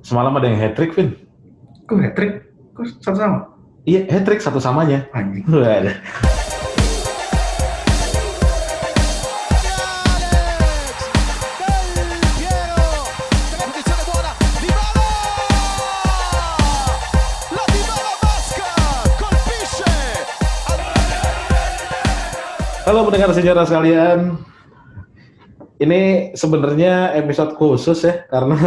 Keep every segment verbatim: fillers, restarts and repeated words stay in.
Semalam ada yang hat-trick, Vin. Kok hat-trick? Kok satu sama? Iya, hat-trick satu samanya. Anjing. Waduh. Halo pendengar sejarah sekalian. Ini sebenarnya episode khusus ya, karena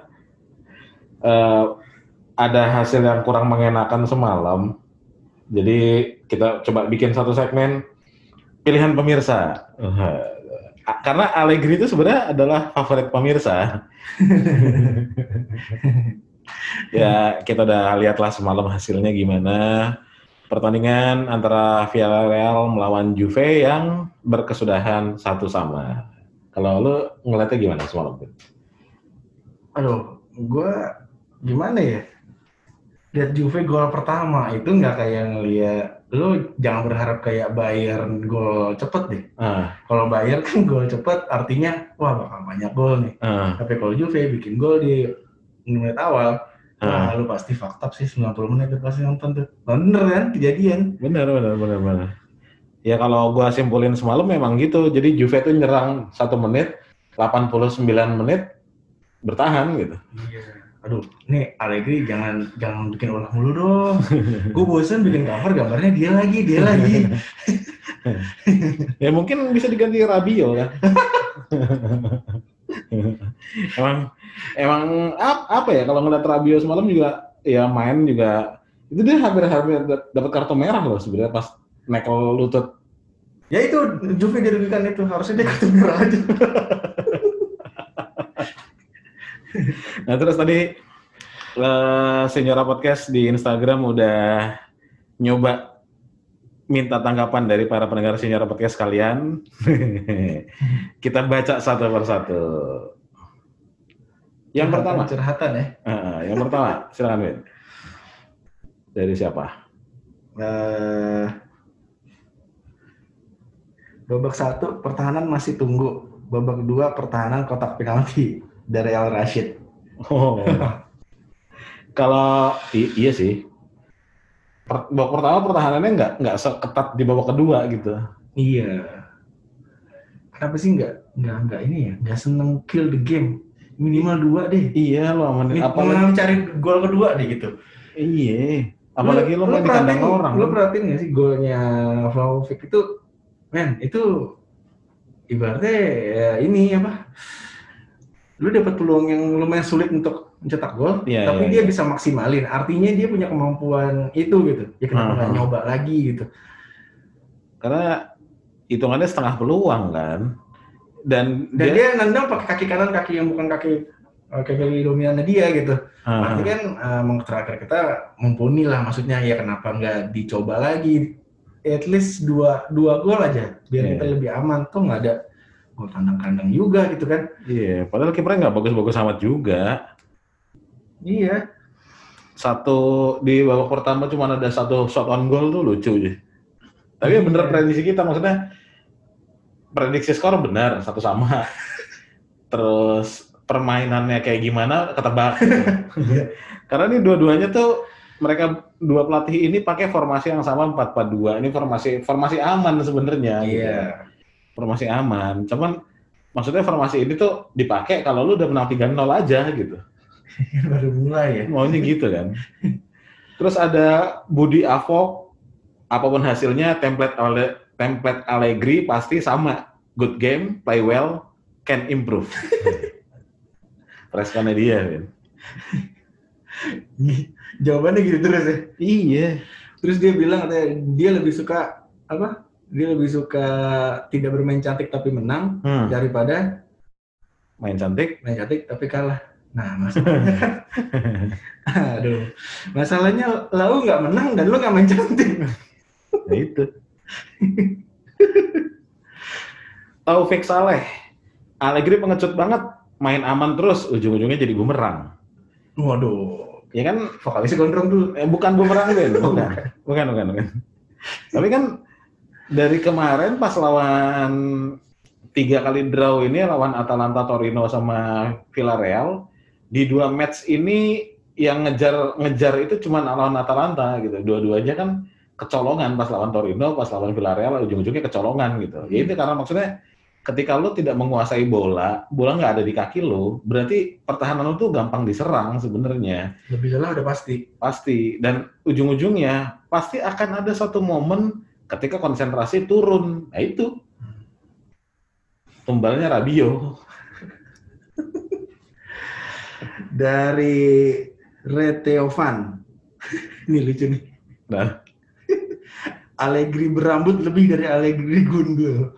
uh, ada hasil yang kurang mengenakan semalam. Jadi kita coba bikin satu segmen pilihan pemirsa. Uh, karena Allegri itu sebenarnya adalah favorit pemirsa. Ya kita udah lihatlah semalam hasilnya gimana. Pertandingan antara Villarreal melawan Juve yang berkesudahan satu sama. Kalau lu ngeliatnya gimana semalam? Aduh, gue gimana ya? Lihat Juve gol pertama itu nggak kayak ngeliat, lu jangan berharap kayak Bayern gol cepet deh. Ah. Kalau Bayern kan gol cepet artinya wah bakal banyak gol nih. Ah. Tapi kalau Juve bikin gol di menit awal, wah, Ah. lu pasti fakta sih sembilan puluh menit lu pasti nonton tuh. Bener kan kejadian? Bener, bener, bener, bener. Ya kalau gua simpulin semalam memang gitu. Jadi Juve tuh nyerang satu menit, delapan puluh sembilan menit bertahan gitu. Iya. Aduh, nih Allegri jangan jangan bikin ulah mulu dong. Gue bosan bikin gambar, gambarnya dia lagi, dia lagi. Ya mungkin bisa diganti Rabiot kan. emang emang apa ya kalau ngeliat Rabiot semalam juga ya main juga itu dia hampir-hampir dapat kartu merah loh sebenarnya pas nekel lutut. Ya itu Juve dirugikan itu, harusnya dia kartu merah aja. Nah terus tadi uh, Senyora Podcast di Instagram udah nyoba minta tanggapan dari para pendengar Senyora Podcast kalian. Kita baca satu persatu. Yang curhatan, pertama curhatan ya. Uh, yang pertama silakan Win. Dari siapa? Uh, babak satu pertahanan masih tunggu. Babak dua pertahanan kotak penalti dari Al Rashid. Oh. Kalau i- iya sih. Per- babak pertama pertahanannya nggak nggak seketat di babak kedua gitu. Iya. Kenapa sih nggak nggak nggak ini ya? Nggak seneng kill the game. Minimal dua deh. Iya lo menit apalagi cari gol kedua deh gitu. Iya. Apalagi lo, lo main di kandang orang. Lo perhatiin nggak sih golnya Vlahovic itu, men itu ibaratnya ya ini apa? Lu dapat peluang yang lumayan sulit untuk mencetak gol, ya, tapi ya, dia ya. bisa maksimalin. Artinya dia punya kemampuan itu gitu. Ya kenapa nggak uh-huh. nyoba lagi gitu? Karena hitungannya setengah peluang kan. Dan, Dan dia, dia nendang pakai kaki kanan, kaki yang bukan kaki kaki dominannya dia gitu. Uh-huh. Berarti kan um, terakhir kita mumpuni lah, maksudnya ya kenapa nggak dicoba lagi? At least dua dua gol aja, biar yeah. kita lebih aman. Tuh nggak ada gol kandang-kandang juga gitu kan. Iya, yeah, padahal kipernya nggak bagus-bagus amat juga. Iya. Satu di babak pertama cuma ada satu shot on goal tuh lucu aja. Tapi yeah. bener prediksi kita, maksudnya prediksi skor benar satu sama. Terus permainannya kayak gimana ketebak. Gitu. Karena ini dua-duanya tuh mereka dua pelatih ini pakai formasi yang sama empat empat dua. Ini formasi formasi aman sebenarnya. Iya. Gitu. Formasi aman. Cuman maksudnya formasi ini tuh dipakai kalau lu udah menang tiga nol aja gitu. Baru mulai ya. Maunya gitu kan. Terus ada Budi Avok, apapun hasilnya template Ale, template Allegri pasti sama. Good game, play well, can improve. Responnya dia, kan. Jawabannya gitu terus ya. Iya. Terus dia bilang katanya dia lebih suka apa? Dia lebih suka tidak bermain cantik tapi menang hmm. daripada main cantik, main cantik tapi kalah. Nah, masalahnya kan, aduh, masalahnya lu nggak menang dan lu nggak main cantik. Nah itu. Taufik Saleh, Allegri pengecut banget, main aman terus, ujung-ujungnya jadi bumerang. Waduh, ya kan vokalisnya gondrong tuh. Eh, bukan bumerang Ben, bukan. bukan, bukan, bukan. Tapi kan dari kemarin pas lawan tiga kali draw ini lawan Atalanta, Torino sama Villarreal, di dua match ini yang ngejar ngejar itu cuma lawan Atalanta gitu. Dua-duanya kan kecolongan pas lawan Torino, pas lawan Villarreal ujung-ujungnya kecolongan gitu. Ya itu karena maksudnya ketika lo tidak menguasai bola, bola nggak ada di kaki lo, berarti pertahanan lo tuh gampang diserang sebenarnya. Lebih lelah udah pasti. Pasti. Dan ujung-ujungnya pasti akan ada satu momen ketika konsentrasi turun. Nah itu. Tumbalnya Rabiot. Dari Reteovan. Ini lucu nih. Nah. Allegri berambut lebih dari Allegri gundul.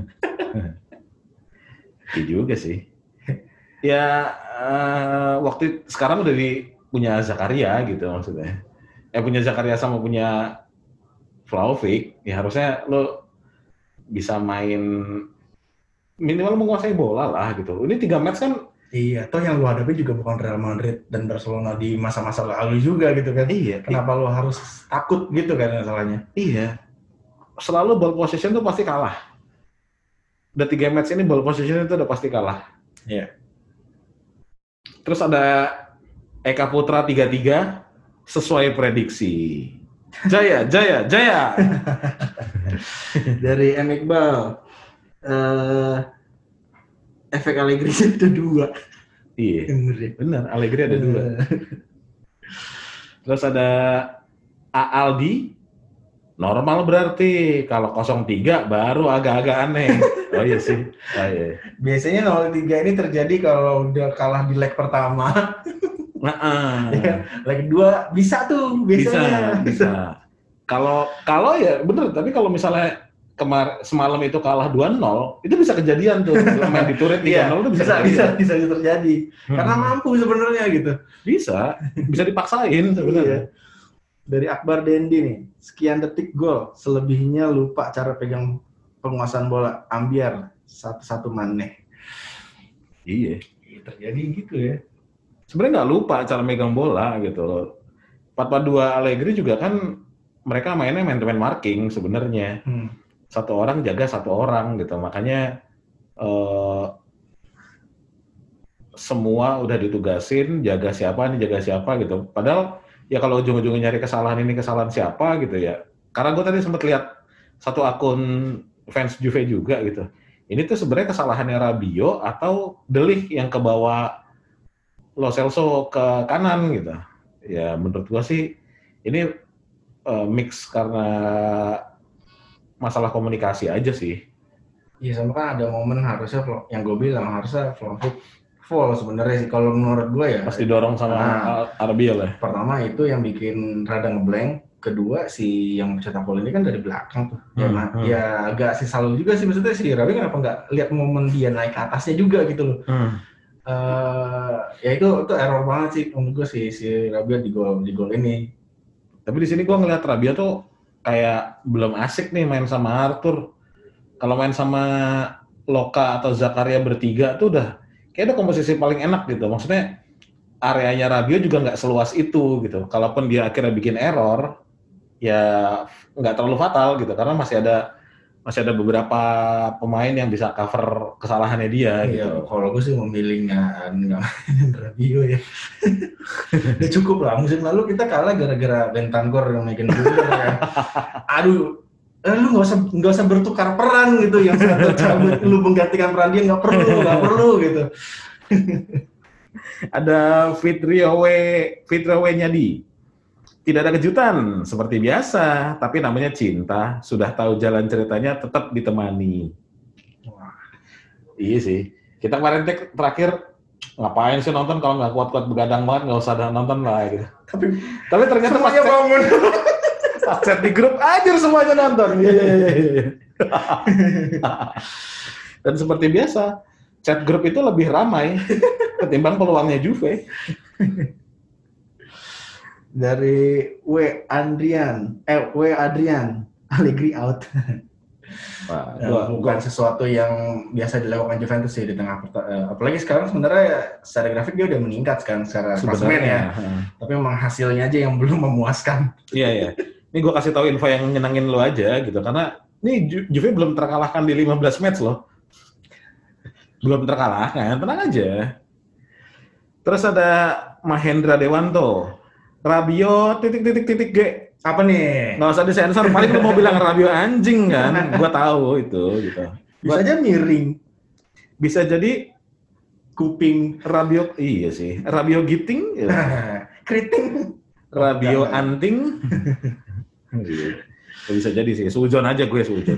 Iya juga sih. Ya uh, waktu sekarang udah di, punya Zakaria gitu maksudnya. Eh punya Zakaria sama punya Vlahovic, ya harusnya lo bisa main minimal menguasai bola lah gitu. Ini tiga match kan. Iya, toh yang lo hadapi juga bukan Real Madrid dan Barcelona di masa-masa lalu juga gitu kan. Iya. Kenapa lo harus takut gitu kan masalahnya? Iya. Selalu ball possession tuh pasti kalah. Udah tiga match ini ball possession itu udah pasti kalah. Iya. Terus ada Eka Putra tiga tiga sesuai prediksi. Jaya, Jaya, Jaya. Dari M. Iqbal. Uh, efek Allegri ada dua. Iya, benar. Allegri ada dua. Terus ada A. Aldi. Normal berarti. Kalau nol tiga baru agak-agak aneh. Oh iya sih. Oh, iya. Biasanya nol tiga ini terjadi kalau udah kalah di leg pertama. Nah, ya, leg kedua bisa tuh biasanya. Bisa, bisa. Kalau kalau ya bener. Tapi kalau misalnya kemar semalam itu kalah dua nol, itu bisa kejadian tuh. Main di turret tiga nol itu bisa bisa, bisa, bisa terjadi. Hmm. Karena mampu sebenarnya gitu. Bisa, bisa dipaksain sebenarnya. Iya. Dari Akbar Dendi nih, sekian detik gol, selebihnya lupa cara pegang penguasaan bola, ambiar satu-satu maneh. Iya. Terjadi gitu ya. Sebenarnya nggak lupa cara megang bola gitu loh. empat empat dua Allegri juga kan mereka mainnya man-to-man marking sebenarnya. Hmm. Satu orang jaga satu orang gitu, makanya eh, semua udah ditugasin jaga siapa nih jaga siapa gitu. Padahal ya kalau ujung-ujungnya nyari kesalahan ini kesalahan siapa gitu ya. Karena gue tadi sempat lihat satu akun fans Juve juga gitu. Ini tuh sebenarnya kesalahannya Rabiot atau De Ligt yang kebawa Lo Celso ke kanan gitu. Ya menurut gue sih ini uh, mix karena masalah komunikasi aja sih. Iya, sama kan ada momen harusnya yang gue bilang harusnya Vlahovic full sebenarnya sih kalau menurut gue ya. Pasti dorong sama nah, Rabiot lah. Pertama itu yang bikin rada ngeblank, kedua si yang cetak gol ini kan dari belakang tuh. Hmm, ya, nah, hmm. ya agak sih salah juga sih maksudnya si Rabiot kenapa nggak lihat momen dia naik ke atasnya juga gitu loh. Hmm. Uh, ya itu itu error banget sih menurut gue si si Rabiot di gol di gol ini. Tapi di sini gue ngeliat Rabiot tuh kayak belum asik nih main sama Arthur. Kalau main sama Loka atau Zakaria bertiga tuh udah kayak udah komposisi paling enak gitu. Maksudnya areanya Rabiot juga nggak seluas itu gitu. Kalaupun dia akhirnya bikin error, ya nggak terlalu fatal gitu. Karena masih ada masih ada beberapa pemain yang bisa cover kesalahannya dia iya, gitu. Kalau gue sih memilih nggak nggak main Rabiot ya. Udah cukup lah. Musim lalu kita kalah gara-gara Bentancur yang naikin dulu ya. Aduh. Eh, lu nggak usah nggak usah bertukar peran gitu yang satu cabut lu menggantikan peran dia nggak perlu nggak perlu gitu. Ada Fitriowe Fitriowe Nyadi. Tidak ada kejutan seperti biasa, tapi namanya cinta. Sudah tahu jalan ceritanya tetap ditemani. Wah. Iya sih. Kita kemarin terakhir ngapain sih nonton kalau nggak kuat-kuat begadang banget nggak usah ada nonton lah gitu. Tapi tapi ternyata semuanya bangun. Pas chat di grup aja semuanya nonton. Iya iya iya. Dan seperti biasa, chat grup itu lebih ramai ketimbang peluangnya Juve. Dari W Adrian, eh W Adrian, Allegri out. Wah, nah, bukan gua... sesuatu yang biasa dilakukan Juventus sih di tengah uh, apalagi sekarang sebenarnya secara grafik dia udah meningkat sekarang secara klasemen ya. Hmm. Tapi memang hasilnya aja yang belum memuaskan. Iya iya. Ini gue kasih tahu info yang nyenangin lo aja gitu karena ini Ju- Juve belum terkalahkan di lima belas match loh. Belum terkalahkan, tenang aja. Terus ada Mahendra Dewanto. Rabiot titik titik titik G. Apa nih? Nggak usah disensor, paling lu mau bilang Rabiot anjing kan? Gua tahu itu gitu. Bisa aja miring. Bisa jadi kuping. Rabiot, iya sih. Rabiot giting. Ya. Keriting. Rabiot anting. Bisa jadi sih. Sujon aja gue sujon.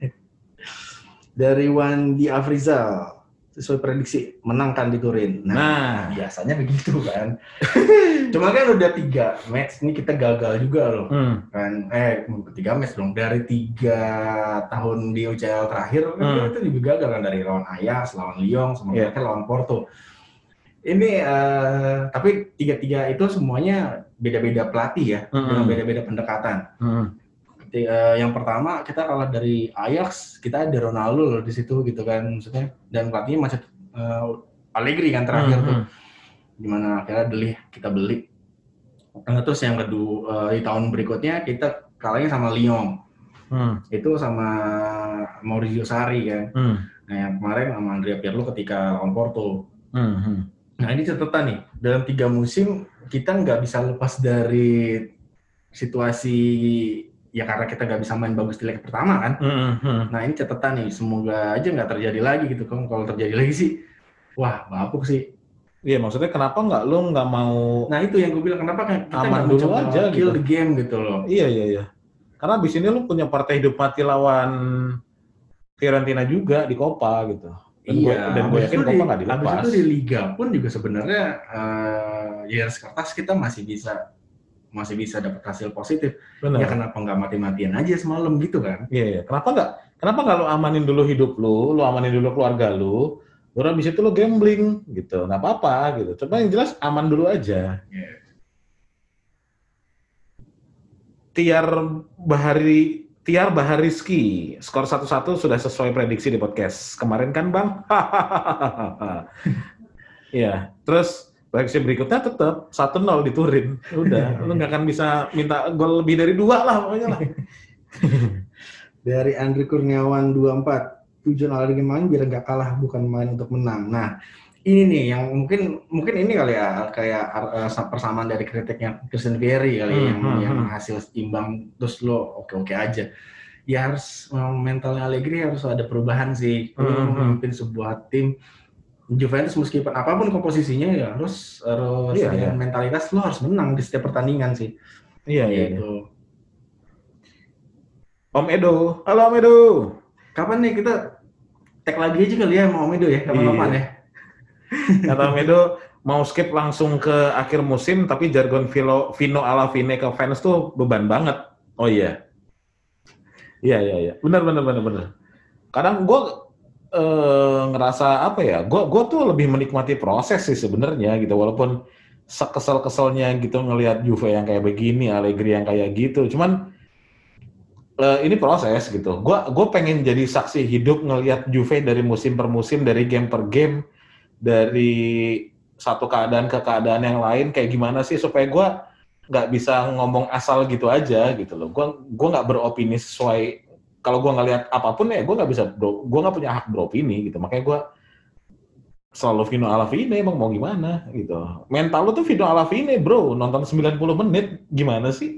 Dari Wandi Afrizal, sesuai prediksi menang kan di Turin. Nah, nah. biasanya begitu kan. Cuma kan udah tiga match, ini kita gagal juga loh. Hmm. Kan, eh tiga match dong. Dari tiga tahun di U C L terakhir kan hmm. itu juga gagal kan, dari lawan Ajax, lawan Lyon, sama yeah. lawan Porto. Ini uh, tapi tiga-tiga itu semuanya beda-beda pelatih ya, hmm. dengan beda-beda pendekatan. Hmm. Uh, yang pertama kita kalah dari Ajax, kita ada Ronaldo loh di situ gitu kan, maksudnya, dan pelatihnya masih uh, Allegri kan terakhir mm-hmm. tuh, dimana akhirnya beli kita beli. Nah, terus yang kedua uh, di tahun berikutnya kita kalahnya sama Lyon, mm. itu sama Maurizio Sarri kan. Mm. Nah yang kemarin sama Andrea Pirlo ketika lawan Porto. Mm-hmm. Nah ini catatan nih, dalam tiga musim kita nggak bisa lepas dari situasi. Ya karena kita nggak bisa main bagus di leg pertama kan. Mm-hmm. Nah ini catatan nih, semoga aja nggak terjadi lagi gitu kan. Kalau terjadi lagi sih, wah bapuk sih. Iya maksudnya kenapa nggak lu nggak mau? Nah itu yang gue bilang, kenapa kan kita aman dulu aja kill gitu. The game gitu loh. Iya iya iya. Karena abis ini lu punya partai hidup mati lawan Fiorentina juga di Coppa gitu. Dan iya. Gue, dan gue yakin Coppa nggak dilepas. Abis itu di Liga pun juga sebenarnya uh, ya sekertas kita masih bisa masih bisa dapat hasil positif. Benar. Ya kenapa nggak mati-matian aja semalam gitu kan? Iya, iya. Kenapa nggak? Kenapa nggak lu amanin dulu hidup lu, lu amanin dulu keluarga lu, baru habis itu lu gambling gitu. Nggak apa-apa gitu. Coba yang jelas aman dulu aja. Yeah. Tiar Bahari Tiar Bahariski, skor satu satu sudah sesuai prediksi di podcast kemarin kan, Bang? Iya. Terus prediksi berikutnya tetap satu nol di Turin. Udah, lu nggak akan bisa minta gol lebih dari dua lah pokoknya lah. Dari Andri Kurniawan dua puluh empat, tujuan Allegri main biar nggak kalah, bukan main untuk menang. Nah, ini nih yang mungkin mungkin ini kali ya, kayak uh, persamaan dari kritiknya Christian Vieri kali hmm, yang, hmm, yang hasil imbang terus lo oke-oke aja. Ya harus um, mentalnya Allegri harus ada perubahan sih. Hmm, memimpin hmm. sebuah tim Juventus meskipun apapun komposisinya ya harus harus iya, dengan iya. mentalitas lo harus menang di setiap pertandingan sih. Iya gitu. Iya. Om Edo, halo Om Edo. Kapan nih kita tag lagi aja kali ya sama Om Edo ya, kapan-kapan iya. ya. Kata Om Edo mau skip langsung ke akhir musim, tapi jargon Vino, Vino ala Vine ke fans tuh beban banget. Oh iya. Iya iya iya. Benar benar benar benar. Kadang gue Uh, ngerasa apa ya, gue gue tuh lebih menikmati proses sih sebenarnya gitu, walaupun sekesel-keselnya gitu ngelihat Juve yang kayak begini, Allegri yang kayak gitu, cuman uh, ini proses gitu. Gue gue pengen jadi saksi hidup ngelihat Juve dari musim per musim, dari game per game, dari satu keadaan ke keadaan yang lain kayak gimana sih, supaya gue nggak bisa ngomong asal gitu aja gitu loh. Gue gue nggak beropini sesuai. Kalau gue ngelihat apapun ya gue nggak bisa, bro, gue nggak punya hak beropini gitu. Makanya gue selalu Vino ala Vine, emang mau gimana gitu. Mental lu tuh Vino ala Vine bro, nonton sembilan puluh menit gimana sih?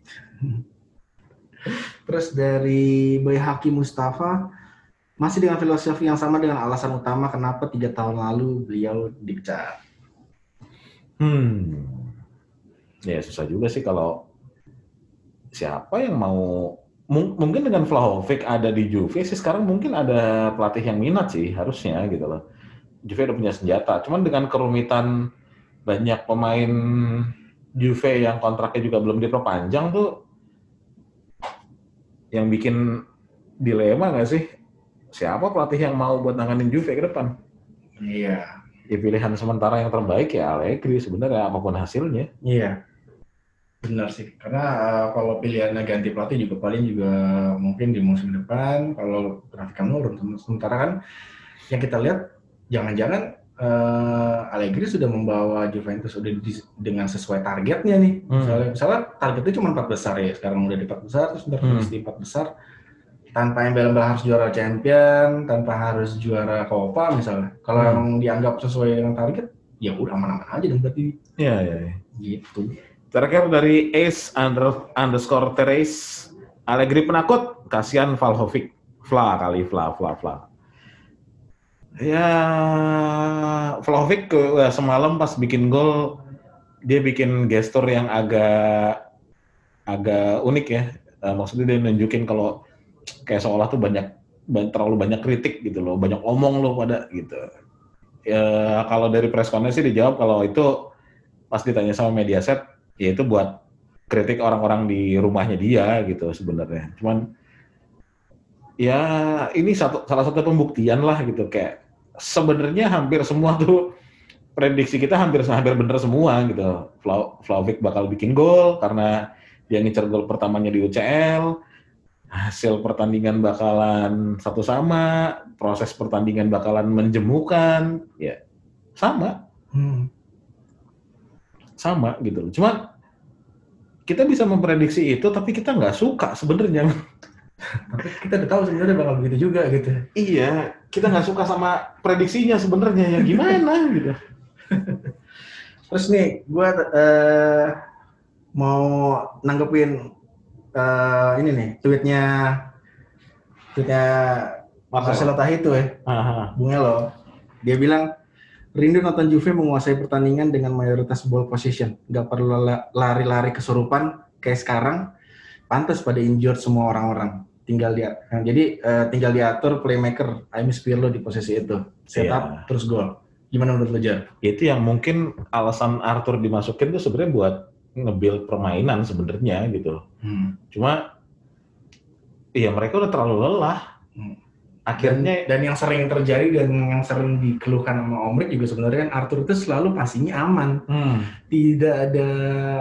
Terus dari Boy Haki Mustafa, masih dengan filosofi yang sama dengan alasan utama kenapa tiga tahun lalu beliau dipecat. Hmm, ya susah juga sih kalau siapa yang mau. Mungkin dengan Vlahovic ada di Juve sih sekarang mungkin ada pelatih yang minat sih harusnya gitu loh. Juve udah punya senjata, cuman dengan kerumitan banyak pemain Juve yang kontraknya juga belum diperpanjang tuh yang bikin dilema nggak sih? Siapa pelatih yang mau buat nanganin Juve ke depan? Iya. Ya pilihan sementara yang terbaik ya Allegri sebenarnya apapun hasilnya. Iya. Benar sih, karena uh, kalau pilihannya ganti pelatih juga paling juga mungkin di musim depan kalau grafiknya menurun. Sementara kan yang kita lihat jangan-jangan uh, Allegri sudah membawa Juventus sudah di, dengan sesuai targetnya nih. Hmm. Misalnya, misalnya targetnya cuma empat besar ya, sekarang udah di empat besar, terus udah finish hmm. di empat besar tanpa embel-embel harus juara Champion, tanpa harus juara Coppa misalnya. Kalau hmm. emang dianggap sesuai dengan target, ya udah aman-aman aja dong berarti. Iya, iya. Ya. Gitu. Terakhir dari Ace under, underscore Teres, Allegri penakut, kasihan Vlahovic. Vla kali, Vla, Vla, Vla. Ya, Vlahovic uh, semalam pas bikin gol, dia bikin gestur yang agak agak unik ya. Uh, maksudnya dia nunjukin kalau kayak seolah tuh banyak, banyak terlalu banyak kritik gitu loh, banyak omong loh pada gitu. Ya, kalau dari press conference sih dijawab kalau itu pas ditanya sama Mediaset, ya itu buat kritik orang-orang di rumahnya dia gitu sebenarnya. Cuman ya ini satu salah satu pembuktian lah gitu, kayak sebenarnya hampir semua tuh prediksi kita hampir hampir bener semua gitu. Vlahovic bakal bikin gol karena dia ngincer gol pertamanya di U C L. Hasil pertandingan bakalan satu sama, proses pertandingan bakalan menjemukan, ya sama. Hmm. Sama gitu loh. Cuman kita bisa memprediksi itu, tapi kita nggak suka sebenarnya. Tapi kita udah tahu sebenarnya bakal begitu juga gitu. Iya, kita nggak suka sama prediksinya sebenarnya, ya gimana gitu. Terus nih, gue uh, mau nanggepin uh, ini nih, tweetnya tweetnya Marcelo Tahito ya, Bung Elo. Dia bilang, rindu nonton Juve menguasai pertandingan dengan mayoritas ball position. Gak perlu lari-lari kesurupan kayak sekarang. Pantas pada injured semua orang-orang. Tinggal dia. Nah, jadi uh, tinggal diatur playmaker. I miss Pirlo di posisi itu. Setup yeah. Terus gol. Gimana menurut lo, Jar? Itu yang mungkin alasan Arthur dimasukin tuh sebenarnya buat nge-build permainan sebenarnya gitu. Hmm. Cuma iya mereka udah terlalu lelah. Hmm. Akhirnya dan, dan yang sering terjadi dan yang sering dikeluhkan sama Omrik juga sebenarnya kan Arthur itu selalu passingnya aman, hmm. tidak ada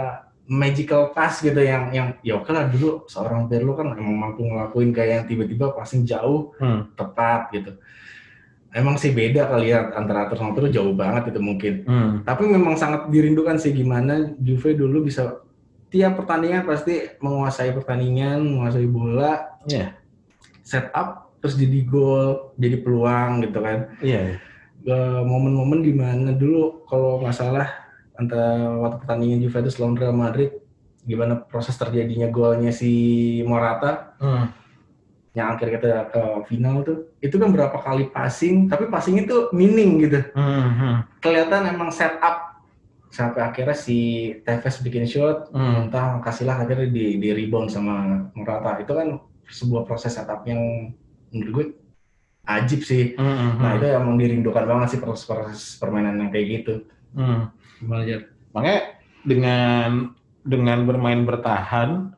magical pass gitu yang yang ya oke lah dulu seorang Pirlo kan emang mampu ngelakuin kayak yang tiba-tiba passing jauh hmm. tepat gitu. Emang sih beda kali ya antara Arthur sama Pirlo jauh banget itu mungkin. Hmm. Tapi memang sangat dirindukan sih gimana Juve dulu bisa tiap pertandingan pasti menguasai pertandingan, menguasai bola, yeah. set up terus jadi gol, jadi peluang gitu kan. Iya. Yeah. Momen-momen di mana dulu kalau nggak salah antara waktu pertandingan Juventus lawan Real Madrid, gimana proses terjadinya golnya si Morata, hmm. yang akhirnya kita ke final tuh, itu kan berapa kali passing, tapi passing itu minim gitu. Hmm. Kelihatan emang set up sampai akhirnya si Tevez bikin shot, hmm. entah kasihlah akhirnya di, di rebound sama Morata. Itu kan sebuah proses setup yang menurut gue ajib sih. Mm-hmm. Nah itu emang dirindukan banget sih proses-proses permainan yang kayak gitu. Mm. Gimana aja? Makanya dengan dengan bermain bertahan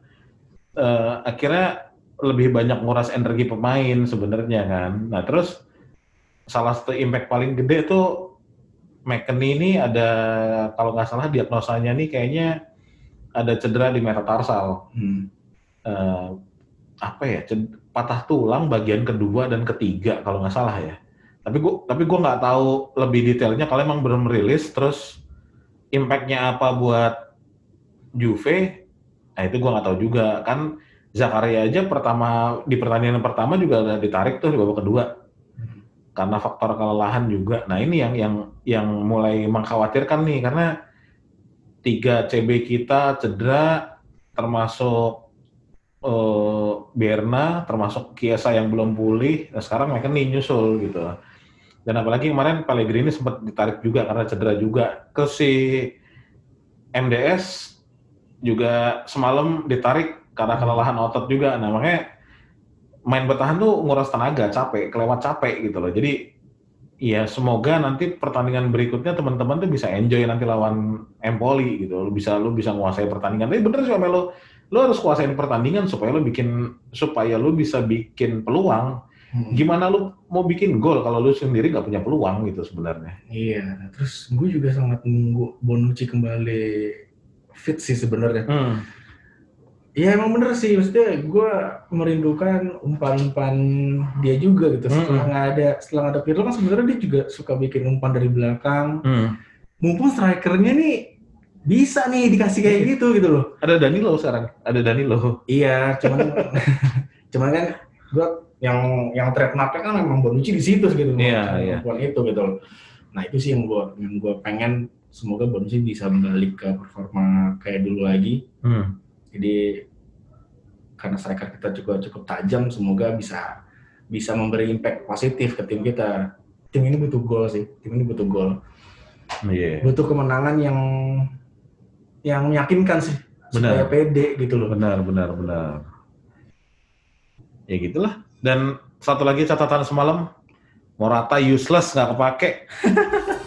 uh, akhirnya lebih banyak nguras energi pemain sebenarnya kan. Nah terus salah satu impact paling gede tuh McKennie ini ada kalau nggak salah diagnosanya nih kayaknya ada cedera di metatarsal. Hmm. Uh, apa ya? Ced- patah tulang bagian kedua dan ketiga kalau nggak salah ya. Tapi gua tapi gua nggak tahu lebih detailnya kalau emang belum rilis. Terus impact-nya apa buat Juve? Nah itu gua nggak tahu juga. Kan Zakaria aja pertama di pertandingan pertama juga udah ditarik tuh di babak kedua karena faktor kelelahan juga. Nah ini yang yang yang mulai mengkhawatirkan nih karena tiga C B kita cedera termasuk Uh, Berna, termasuk Chiesa yang belum pulih, nah sekarang mereka nih nyusul gitu. Dan apalagi kemarin Pellegrini sempat ditarik juga karena cedera juga. Ke si M D S juga semalam ditarik karena kelelahan otot juga. Nah makanya main bertahan tuh nguras tenaga, capek, kelewat capek gitu loh. Jadi ya semoga nanti pertandingan berikutnya teman-teman tuh bisa enjoy nanti lawan Empoli gitu. Lu bisa lu bisa menguasai pertandingan. Tapi bener sih Melo, lu harus kuasain pertandingan supaya lu bikin supaya lu bisa bikin peluang. Hmm. Gimana lu mau bikin gol kalau lu sendiri nggak punya peluang gitu sebenarnya. Iya, terus gue juga sangat menunggu Bonucci kembali fit sih sebenarnya. Hmm. Iya emang bener sih, maksudnya gue merindukan umpan-umpan dia juga gitu. Setelah nggak hmm. ada, setelah nggak ada Pirlo kan sebenarnya dia juga suka bikin umpan dari belakang. Hmm. Mumpung strikernya nih bisa nih dikasih kayak gitu gitu loh. Ada Danilo sekarang, ada Danilo. Iya, cuman cuman kan gue yang yang trademarknya kan memang Bonucci di situ gitu. Iya, iya. Umpan itu gitu loh. Nah itu sih yang gue yang gue pengen, semoga Bonucci bisa balik ke performa kayak dulu lagi. Hmm. Jadi karena striker kita juga cukup tajam, semoga bisa bisa memberi impact positif ke tim kita. Tim ini butuh gol sih, tim ini butuh gol. Yeah. Butuh kemenangan yang yang meyakinkan sih, benar. Supaya pede gitu loh. Benar, benar, benar. Ya gitulah. Dan satu lagi catatan semalam, Morata useless, nggak kepake.